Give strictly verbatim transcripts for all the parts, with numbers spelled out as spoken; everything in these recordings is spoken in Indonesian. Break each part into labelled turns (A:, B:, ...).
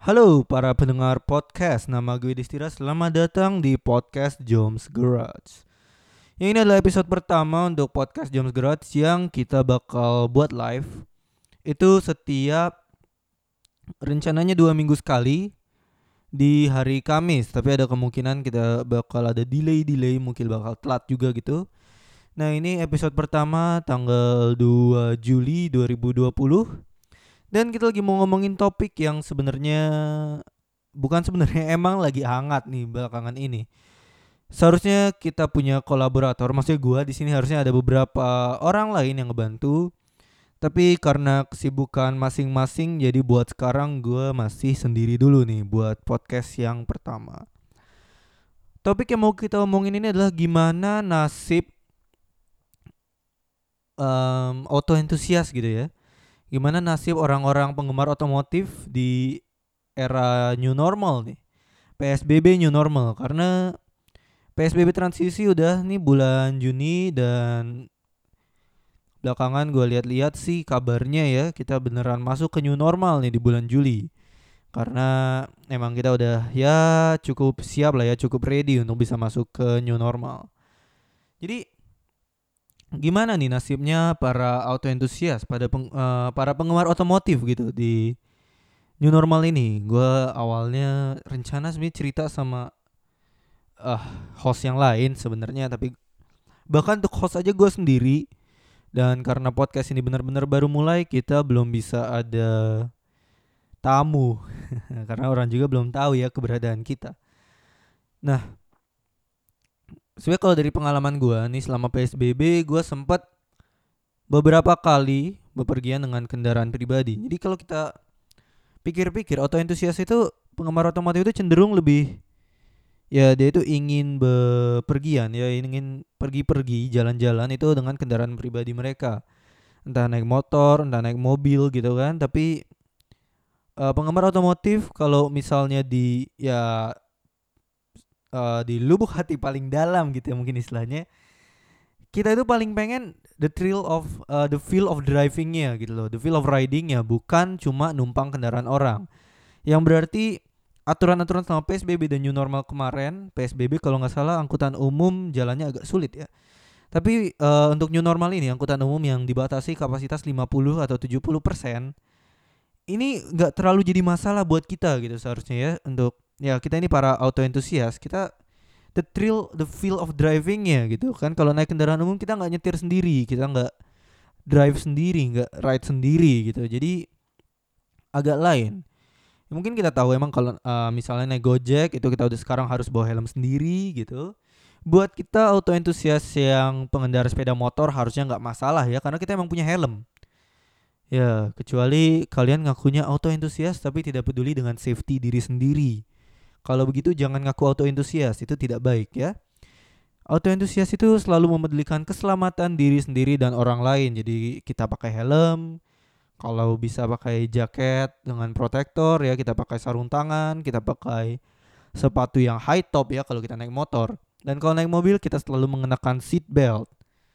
A: Halo para pendengar podcast, nama gue Distira. Selamat datang di podcast Joms Garage. Yang ini adalah episode pertama untuk podcast Joms Garage yang kita bakal buat live. Itu setiap rencananya dua minggu sekali di hari Kamis. Tapi ada kemungkinan kita bakal ada delay-delay, mungkin bakal telat juga gitu. Nah, ini episode pertama tanggal dua Juli dua ribu dua puluh. Dan kita lagi mau ngomongin topik yang sebenarnya bukan sebenarnya emang lagi hangat nih belakangan ini. Seharusnya kita punya kolaborator, maksudnya gua di sini harusnya ada beberapa orang lain yang ngebantu. Tapi karena kesibukan masing-masing, jadi buat sekarang gua masih sendiri dulu nih buat podcast yang pertama. Topik yang mau kita omongin ini adalah gimana nasib um, auto entusias gitu ya. Gimana nasib orang-orang penggemar otomotif di era new normal nih. P S B B new normal, karena P S B B transisi udah nih bulan Juni, dan belakangan gue lihat-lihat sih kabarnya ya kita beneran masuk ke new normal nih di bulan Juli. Karena emang kita udah ya cukup siap lah ya, cukup ready untuk bisa masuk ke new normal. Jadi gimana nih nasibnya para auto entusias, pada peng, eh, para penggemar otomotif gitu di new normal ini? Gue awalnya rencana sebenarnya cerita sama uh, host yang lain sebenarnya, tapi bahkan untuk host aja gue sendiri. Dan karena podcast ini benar-benar baru mulai, kita belum bisa ada tamu karena orang juga belum tahu ya keberadaan kita. Nah, sebenarnya kalau dari pengalaman gue nih selama P S B B, gue sempat beberapa kali bepergian dengan kendaraan pribadi. Jadi kalau kita pikir-pikir, auto entusias itu, penggemar otomotif itu cenderung lebih, ya dia itu ingin bepergian, ya ingin pergi-pergi jalan-jalan itu dengan kendaraan pribadi mereka, entah naik motor, entah naik mobil gitu kan. Tapi uh, penggemar otomotif kalau misalnya di ya uh, di lubuk hati paling dalam gitu ya mungkin istilahnya, kita itu paling pengen the thrill of uh, the feel of drivingnya gitu loh, the feel of ridingnya, bukan cuma numpang kendaraan orang. Yang berarti aturan-aturan selama P S B B dan new normal kemarin, P S B B kalau nggak salah angkutan umum jalannya agak sulit ya. Tapi uh, untuk new normal ini, angkutan umum yang dibatasi kapasitas lima puluh atau tujuh puluh persen, ini nggak terlalu jadi masalah buat kita gitu seharusnya ya. Untuk ya kita ini para auto entusias, kita the thrill, the feel of drivingnya gitu kan. Kalau naik kendaraan umum kita nggak nyetir sendiri, kita nggak drive sendiri, nggak ride sendiri gitu. Jadi agak lain. Ya, mungkin kita tahu emang kalau uh, misalnya naik Gojek itu kita udah sekarang harus bawa helm sendiri gitu. Buat kita auto entusias yang pengendara sepeda motor harusnya nggak masalah ya, karena kita emang punya helm. Ya, kecuali kalian ngakunya auto entusias tapi tidak peduli dengan safety diri sendiri. Kalau begitu jangan ngaku auto entusias, itu tidak baik ya. Auto entusias itu selalu memedulikan keselamatan diri sendiri dan orang lain. Jadi kita pakai helm, kalau bisa pakai jaket dengan protektor ya, kita pakai sarung tangan, kita pakai sepatu yang high top ya kalau kita naik motor. Dan kalau naik mobil kita selalu mengenakan seat belt.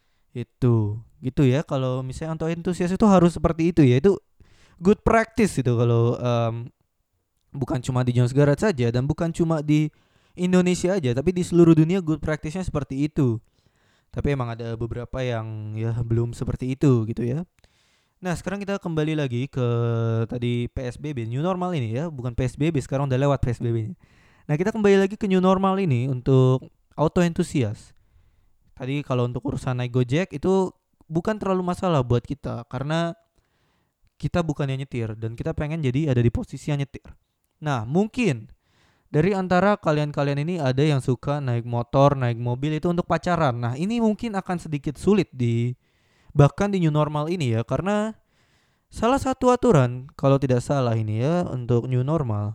A: Itu gitu ya, kalau misalnya untuk entusias itu harus seperti itu ya. Itu good practice itu kalau um, bukan cuma di Jones Garage saja, dan bukan cuma di Indonesia aja, tapi di seluruh dunia good practice-nya seperti itu. Tapi emang ada beberapa yang ya belum seperti itu gitu ya. Nah, sekarang kita kembali lagi ke tadi P S B B, new normal ini ya, bukan P S B B, sekarang udah lewat P S B B-nya. Nah, kita kembali lagi ke new normal ini untuk auto entusias. Tadi kalau untuk urusan naik Gojek itu bukan terlalu masalah buat kita, karena kita bukannya nyetir dan kita pengen jadi ada di posisi yang nyetir. Nah, mungkin dari antara kalian-kalian ini ada yang suka naik motor, naik mobil itu untuk pacaran. Nah, ini mungkin akan sedikit sulit di bahkan di new normal ini ya, karena salah satu aturan kalau tidak salah ini ya untuk new normal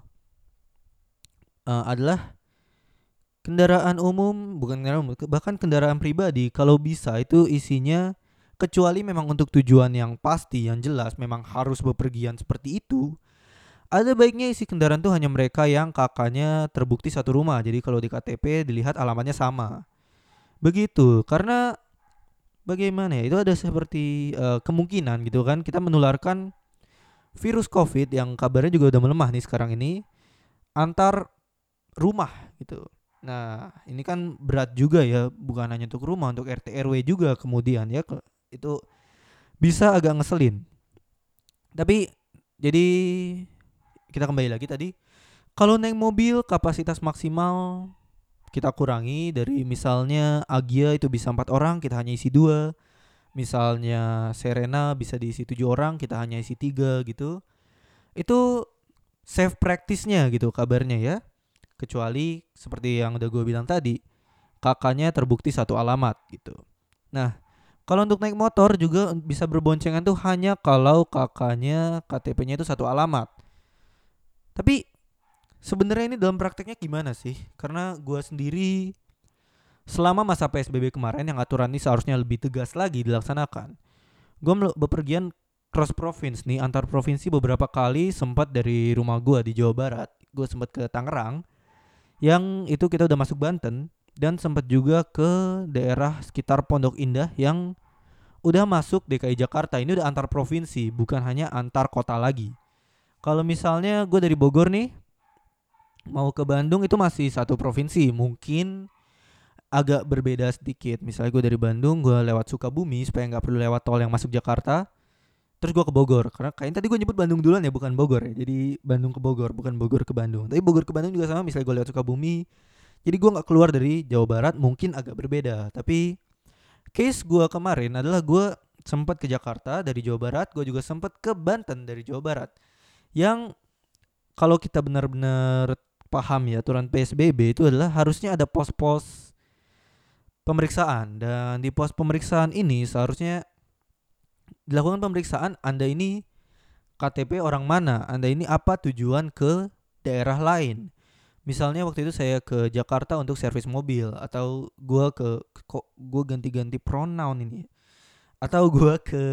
A: uh, adalah kendaraan umum, bukan kendaraan umum, bahkan kendaraan pribadi kalau bisa itu isinya, kecuali memang untuk tujuan yang pasti, yang jelas memang harus bepergian seperti itu, ada baiknya isi kendaraan tuh hanya mereka yang kakaknya terbukti satu rumah. Jadi kalau di K T P dilihat alamatnya sama. Begitu. Karena bagaimana ya? Itu ada seperti uh, kemungkinan gitu kan kita menularkan virus COVID yang kabarnya juga udah melemah nih sekarang ini antar rumah gitu. Nah, ini kan berat juga ya, bukan hanya untuk rumah, untuk R T R W juga kemudian ya ke- itu bisa agak ngeselin. Tapi jadi kita kembali lagi tadi, kalau naik mobil kapasitas maksimal kita kurangi dari misalnya Agia itu bisa empat orang, kita hanya isi dua. Misalnya Serena bisa diisi tujuh orang, kita hanya isi tiga gitu. Itu safe practice-nya gitu kabarnya ya. Kecuali seperti yang udah gue bilang tadi, kakaknya terbukti satu alamat gitu. Nah, kalau untuk naik motor juga bisa berboncengan tuh hanya kalau kakaknya K T P-nya itu satu alamat. Tapi sebenarnya ini dalam prakteknya gimana sih? Karena gue sendiri selama masa P S B B kemarin yang aturan ini seharusnya lebih tegas lagi dilaksanakan. Gue bepergian cross province nih, antar provinsi beberapa kali, sempat dari rumah gue di Jawa Barat. Gue sempat ke Tangerang, yang itu kita udah masuk Banten, dan sempat juga ke daerah sekitar Pondok Indah yang udah masuk D K I Jakarta. Ini udah antar provinsi, bukan hanya antar kota lagi. Kalau misalnya gue dari Bogor nih mau ke Bandung itu masih satu provinsi, mungkin agak berbeda sedikit. Misalnya gue dari Bandung, gue lewat Sukabumi supaya nggak perlu lewat tol yang masuk Jakarta. Terus gue ke Bogor, karena kayaknya tadi gue nyebut Bandung duluan ya, bukan Bogor ya. Jadi Bandung ke Bogor, bukan Bogor ke Bandung. Tapi Bogor ke Bandung juga sama, misalnya gue lewat Sukabumi. Jadi gue nggak keluar dari Jawa Barat, mungkin agak berbeda. Tapi case gue kemarin adalah gue sempat ke Jakarta dari Jawa Barat, gue juga sempat ke Banten dari Jawa Barat. Yang kalau kita benar-benar paham ya, aturan P S B B itu adalah harusnya ada pos-pos pemeriksaan, dan di pos pemeriksaan ini seharusnya dilakukan pemeriksaan Anda ini K T P orang mana, Anda ini apa tujuan ke daerah lain. Misalnya waktu itu saya ke Jakarta untuk servis mobil, atau gua ke kok gua ganti-ganti pronoun ini. Atau gua ke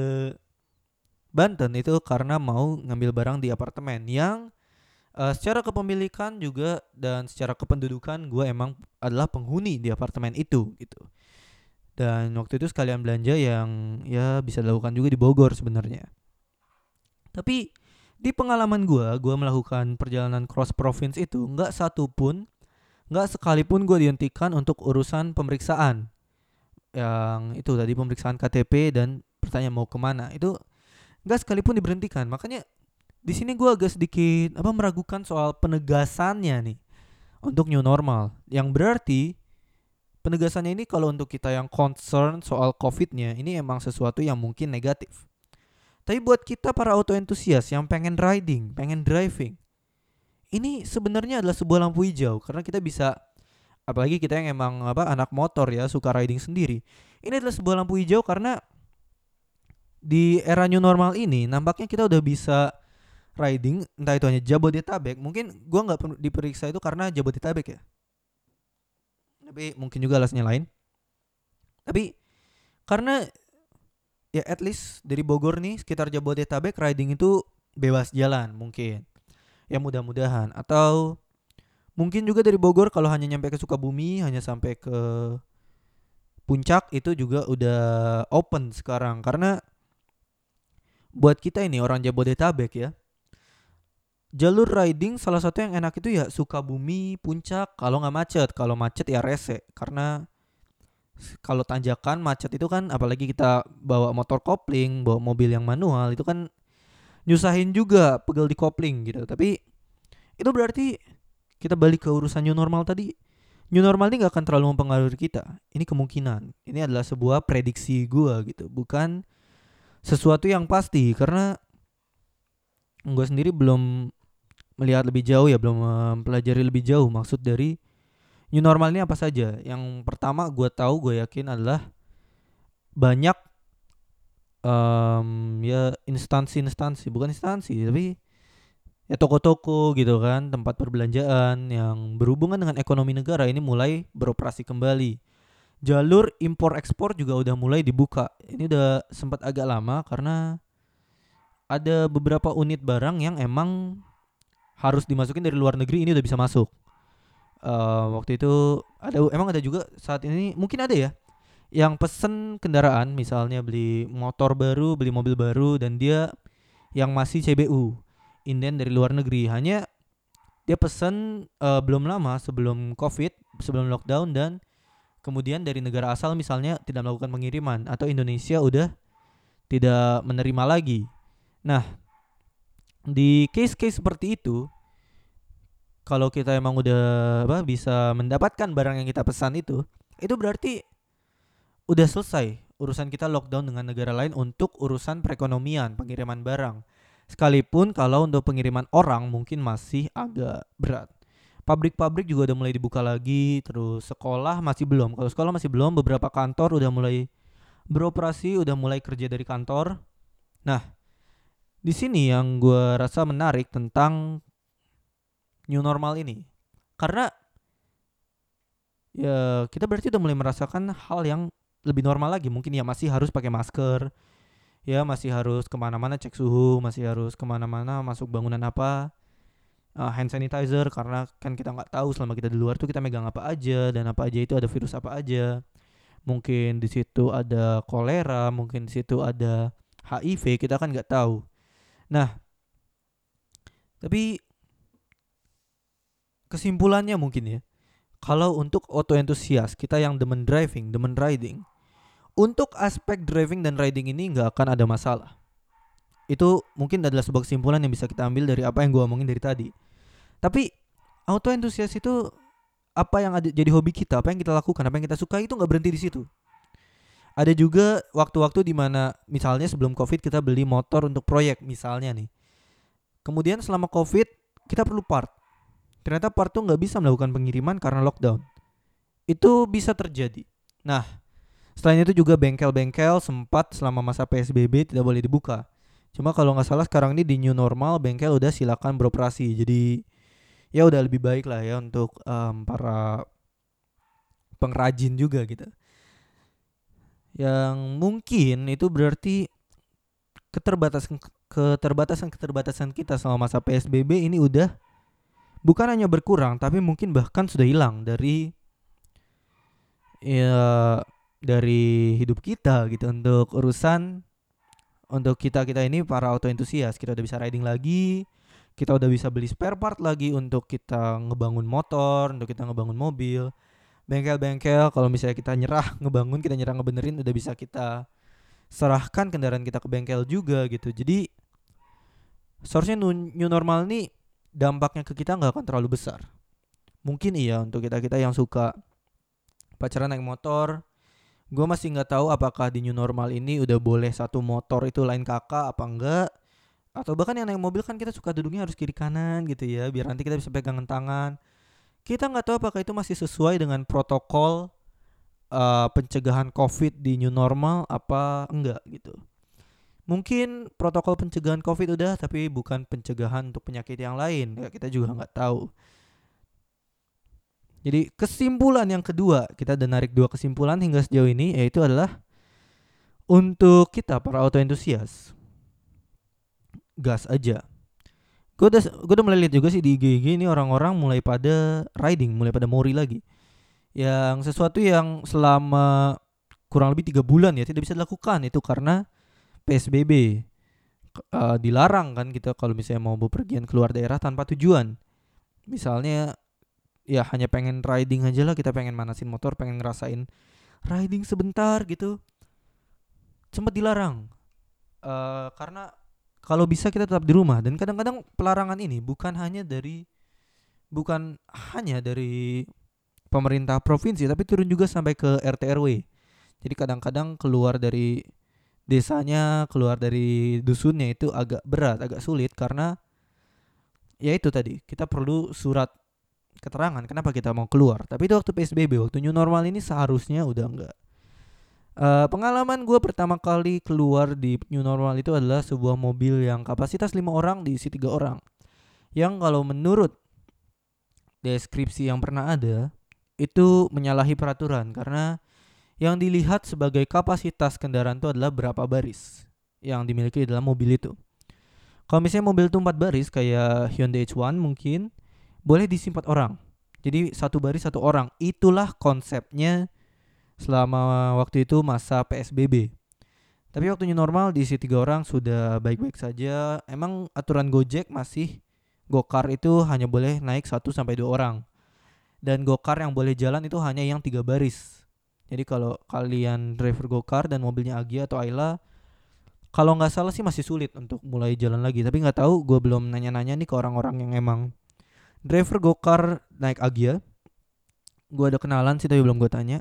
A: Banten itu karena mau ngambil barang di apartemen yang uh, secara kepemilikan juga dan secara kependudukan gua emang adalah penghuni di apartemen itu gitu. Dan waktu itu sekalian belanja yang ya bisa dilakukan juga di Bogor sebenarnya. Tapi di pengalaman gue, gue melakukan perjalanan cross province itu nggak satu pun, nggak sekalipun gue dihentikan untuk urusan pemeriksaan. Yang itu tadi pemeriksaan K T P dan pertanyaan mau kemana itu nggak sekalipun diberhentikan. Makanya di sini gue agak sedikit apa meragukan soal penegasannya nih untuk new normal. Yang berarti penegasannya ini kalau untuk kita yang concern soal COVID-nya ini emang sesuatu yang mungkin negatif. Tapi buat kita para auto entusias yang pengen riding, pengen driving, ini sebenarnya adalah sebuah lampu hijau karena kita bisa, apalagi kita yang emang apa anak motor ya, suka riding sendiri. Ini adalah sebuah lampu hijau karena di era new normal ini nampaknya kita udah bisa riding, entah itu hanya Jabodetabek. Mungkin gua nggak perlu diperiksa itu karena Jabodetabek ya. Tapi mungkin juga alasannya lain. Tapi karena ya at least dari Bogor nih sekitar Jabodetabek riding itu bebas jalan mungkin. Ya mudah-mudahan. Atau mungkin juga dari Bogor kalau hanya nyampe ke Sukabumi, hanya sampai ke Puncak itu juga udah open sekarang. Karena buat kita ini orang Jabodetabek ya, jalur riding salah satu yang enak itu ya Sukabumi, Puncak. Kalau nggak macet, kalau macet ya rese. Karena kalau tanjakan macet itu kan, apalagi kita bawa motor kopling, bawa mobil yang manual, itu kan nyusahin juga pegel di kopling gitu. Tapi itu berarti kita balik ke urusan new normal tadi. New normal ini gak akan terlalu mempengaruhi kita. Ini kemungkinan. Ini adalah sebuah prediksi gue gitu, bukan sesuatu yang pasti. Karena gue sendiri belum melihat lebih jauh ya, belum mempelajari lebih jauh maksud dari new normal ini apa saja. Yang pertama gue tahu, gue yakin adalah banyak um, ya instansi-instansi, bukan instansi tapi ya toko-toko gitu kan, tempat perbelanjaan yang berhubungan dengan ekonomi negara ini mulai beroperasi kembali. Jalur impor ekspor juga udah mulai dibuka. Ini udah sempat agak lama karena ada beberapa unit barang yang emang harus dimasukin dari luar negeri, ini udah bisa masuk. Uh, waktu itu ada, emang ada juga saat ini mungkin ada ya yang pesen kendaraan, misalnya beli motor baru, beli mobil baru, dan dia yang masih C B U, inden dari luar negeri. Hanya dia pesan uh, belum lama sebelum Covid, sebelum lockdown, dan kemudian dari negara asal misalnya tidak melakukan pengiriman atau Indonesia udah tidak menerima lagi. Nah, di case-case seperti itu, kalau kita emang udah apa bisa mendapatkan barang yang kita pesan itu, itu berarti udah selesai urusan kita lockdown dengan negara lain untuk urusan perekonomian, pengiriman barang. Sekalipun kalau untuk pengiriman orang mungkin masih agak berat. Pabrik-pabrik juga udah mulai dibuka lagi, terus sekolah masih belum. Kalau sekolah masih belum, beberapa kantor udah mulai beroperasi, udah mulai kerja dari kantor. Nah, di sini yang gue rasa menarik tentang new normal ini. Karena ya kita berarti udah mulai merasakan hal yang lebih normal lagi. Mungkin ya masih harus pakai masker, ya masih harus kemana-mana cek suhu, masih harus kemana-mana masuk bangunan apa, uh, hand sanitizer, karena kan kita nggak tahu selama kita di luar tuh kita megang apa aja, dan apa aja itu ada virus apa aja. Mungkin di situ ada kolera, mungkin di situ ada H I V, kita kan nggak tahu. Nah, tapi kesimpulannya mungkin ya, kalau untuk auto entusias kita yang demen driving, demen riding, untuk aspek driving dan riding ini nggak akan ada masalah. Itu mungkin adalah sebuah kesimpulan yang bisa kita ambil dari apa yang gue omongin dari tadi. Tapi auto entusias itu apa yang ada jadi hobi kita, apa yang kita lakukan, apa yang kita suka itu nggak berhenti di situ. Ada juga waktu-waktu di mana misalnya sebelum Covid kita beli motor untuk proyek misalnya nih. Kemudian selama Covid kita perlu part. Ternyata part tuh nggak bisa melakukan pengiriman karena lockdown. Itu bisa terjadi. Nah, selain itu juga bengkel-bengkel sempat selama masa P S B B tidak boleh dibuka. Cuma kalau nggak salah sekarang ini di new normal bengkel udah silakan beroperasi. Jadi ya udah lebih baik lah ya untuk um, para pengrajin juga gitu. Yang mungkin itu berarti keterbatasan keterbatasan keterbatasan kita selama masa P S B B ini udah bukan hanya berkurang tapi mungkin bahkan sudah hilang dari ya dari hidup kita gitu, untuk urusan untuk kita-kita ini para auto entusias. Kita udah bisa riding lagi, kita udah bisa beli spare part lagi untuk kita ngebangun motor, untuk kita ngebangun mobil. Bengkel-bengkel kalau misalnya kita nyerah ngebangun, kita nyerah ngebenerin, udah bisa kita serahkan kendaraan kita ke bengkel juga gitu. Jadi seharusnya new normal ini dampaknya ke kita gak akan terlalu besar. Mungkin iya untuk kita-kita yang suka pacaran naik motor. Gue masih gak tahu apakah di new normal ini udah boleh satu motor itu lain kakak apa enggak. Atau bahkan yang naik mobil kan kita suka duduknya harus kiri kanan gitu ya, biar nanti kita bisa pegangan tangan. Kita gak tahu apakah itu masih sesuai dengan protokol uh, pencegahan COVID di new normal apa enggak gitu. Mungkin protokol pencegahan COVID udah, tapi bukan pencegahan untuk penyakit yang lain. Ya, kita juga gak tahu. Jadi kesimpulan yang kedua, kita udah narik dua kesimpulan hingga sejauh ini, yaitu adalah untuk kita para auto entusias, gas aja. Gue udah, gue udah mulai lihat juga sih di I G I G ini orang-orang mulai pada riding, mulai pada mori lagi. Yang sesuatu yang selama kurang lebih tiga bulan ya tidak bisa dilakukan, itu karena P S B B. Uh, dilarang kan kita kalau misalnya mau bepergian keluar daerah tanpa tujuan. Misalnya ya hanya pengen riding aja lah, kita pengen manasin motor, pengen ngerasain riding sebentar gitu, sempat dilarang uh, karena kalau bisa kita tetap di rumah. Dan kadang-kadang pelarangan ini bukan hanya dari bukan hanya dari pemerintah provinsi, tapi turun juga sampai ke R T R W. Jadi kadang-kadang keluar dari desanya, keluar dari dusunnya itu agak berat, agak sulit, karena ya itu tadi, kita perlu surat keterangan kenapa kita mau keluar. Tapi itu waktu P S B B, waktu new normal ini seharusnya udah enggak. Uh, pengalaman gue pertama kali keluar di new normal itu adalah sebuah mobil yang kapasitas lima orang diisi tiga orang. Yang kalau menurut deskripsi yang pernah ada, itu menyalahi peraturan, karena yang dilihat sebagai kapasitas kendaraan itu adalah berapa baris yang dimiliki dalam mobil itu. Kalau misalnya mobil itu empat baris kayak Hyundai H satu mungkin boleh diisi empat orang. Jadi satu baris satu orang. Itulah konsepnya selama waktu itu masa P S B B. Tapi waktu new normal diisi tiga orang sudah baik-baik saja. Emang aturan Gojek masih Gokar itu hanya boleh naik satu sampai dua orang. Dan Gokar yang boleh jalan itu hanya yang tiga baris. Jadi kalau kalian driver Gokar dan mobilnya Agia atau Ayla, kalau nggak salah sih masih sulit untuk mulai jalan lagi. Tapi nggak tahu, gue belum nanya-nanya nih ke orang-orang yang emang driver Gokar naik Agia. Gue ada kenalan sih tapi belum gue tanya.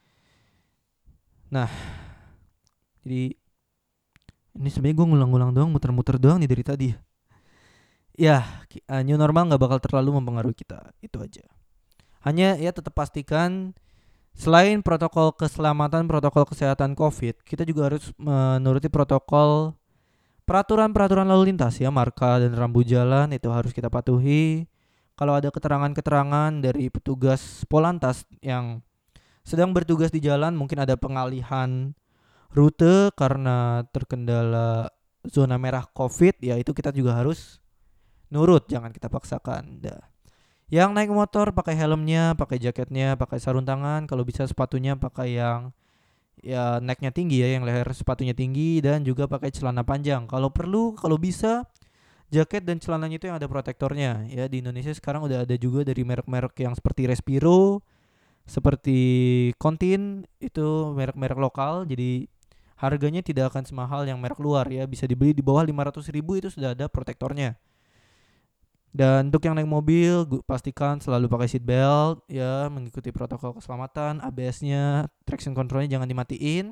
A: Nah, jadi ini sebenarnya gue ngulang-ngulang doang, muter-muter doang nih dari tadi. Ya, uh, new normal nggak bakal terlalu mempengaruhi kita, itu aja. Hanya ya tetap pastikan selain protokol keselamatan, protokol kesehatan COVID, kita juga harus menuruti protokol peraturan-peraturan lalu lintas ya, marka dan rambu jalan itu harus kita patuhi. Kalau ada keterangan-keterangan dari petugas Polantas yang sedang bertugas di jalan, mungkin ada pengalihan rute karena terkendala zona merah COVID, ya itu kita juga harus nurut, jangan kita paksakan. Dah. Yang naik motor pakai helmnya, pakai jaketnya, pakai sarung tangan, kalau bisa sepatunya pakai yang ya necknya tinggi ya, yang leher sepatunya tinggi, dan juga pakai celana panjang. Kalau perlu, kalau bisa jaket dan celananya itu yang ada protektornya. Ya di Indonesia sekarang udah ada juga dari merek-merek yang seperti Respiro, seperti Kontin, itu merek-merek lokal, jadi harganya tidak akan semahal yang merek luar ya, bisa dibeli di bawah lima ratus ribu itu sudah ada protektornya. Dan untuk yang naik mobil, pastikan selalu pakai seat belt ya, mengikuti protokol keselamatan, A B S-nya, traction controlnya jangan dimatiin.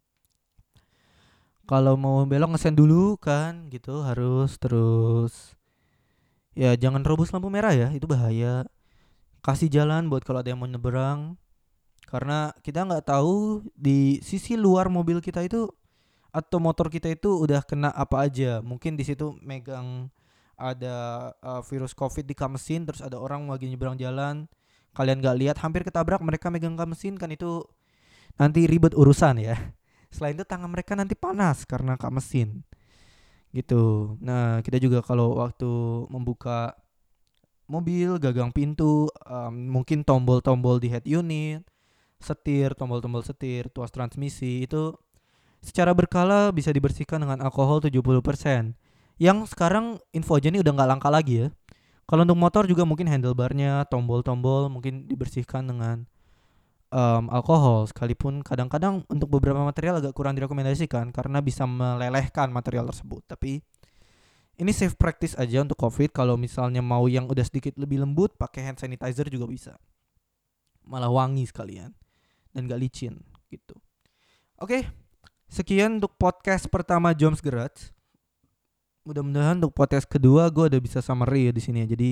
A: Kalau mau belok ngesen dulu kan gitu, harus terus ya jangan terobos lampu merah ya, itu bahaya. Kasih jalan buat kalau ada yang mau nyeberang, karena kita nggak tahu di sisi luar mobil kita itu atau motor kita itu udah kena apa aja. Mungkin di situ megang ada uh, virus COVID di kap mesin, terus ada orang lagi nyebrang jalan, kalian nggak lihat hampir ketabrak, mereka megang kap mesin, kan itu nanti ribet urusan ya. Selain itu tangan mereka nanti panas karena kap mesin gitu. Nah kita juga kalau waktu membuka mobil, gagang pintu, um, mungkin tombol-tombol di head unit, setir, tombol-tombol setir, tuas transmisi itu secara berkala bisa dibersihkan dengan alkohol tujuh puluh persen. Yang sekarang info aja nih udah gak langka lagi ya. Kalau untuk motor juga mungkin handlebarnya, tombol-tombol mungkin dibersihkan dengan um, alkohol. Sekalipun kadang-kadang untuk beberapa material agak kurang direkomendasikan karena bisa melelehkan material tersebut. Tapi ini safe practice aja untuk COVID. Kalau misalnya mau yang udah sedikit lebih lembut, pakai hand sanitizer juga bisa. Malah wangi sekalian dan gak licin gitu. Oke, sekian untuk podcast pertama Joms Garage. Mudah-mudahan untuk podcast kedua gue udah bisa summary ya di sini ya. Jadi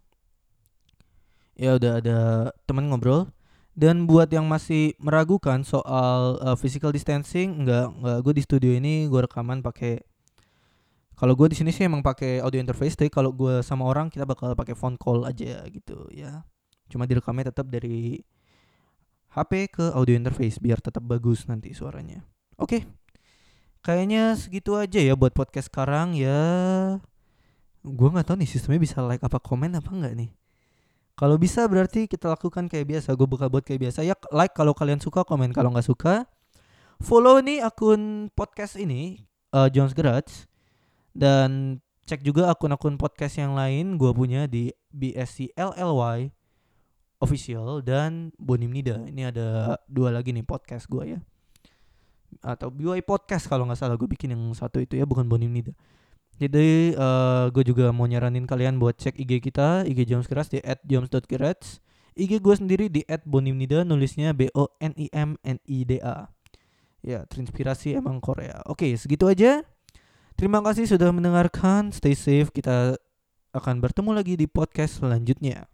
A: ya udah ada teman ngobrol. Dan buat yang masih meragukan soal uh, physical distancing, enggak, enggak, gue di studio ini gue rekaman pakai, kalau gue di sini sih emang pakai audio interface, tapi kalau gue sama orang kita bakal pakai phone call aja gitu ya. Cuma direkamnya tetap dari H P ke audio interface biar tetap bagus nanti suaranya. Oke. Kayaknya segitu aja ya buat podcast sekarang ya. Gue nggak tahu nih sistemnya bisa like apa komen apa enggak nih. Kalau bisa berarti kita lakukan kayak biasa. Gue buka buat kayak biasa ya, like kalau kalian suka, komen kalau nggak suka. Follow nih akun podcast ini uh, Jones Garage, dan cek juga akun-akun podcast yang lain gue punya di B S C L L Y Official dan Bonim Nida. Ini ada dua lagi nih podcast gue ya, atau B Y Podcast kalau nggak salah, gue bikin yang satu itu ya, bukan Bonim Nida. Jadi uh, gue juga mau nyaranin kalian buat cek I G kita, I G Joms Garage di at joms dot garage, I G gue sendiri di at bonimnida, nulisnya B O N I M N I D A. Ya, terinspirasi emang Korea. Oke, segitu aja. Terima kasih sudah mendengarkan. Stay safe. Kita akan bertemu lagi di podcast selanjutnya.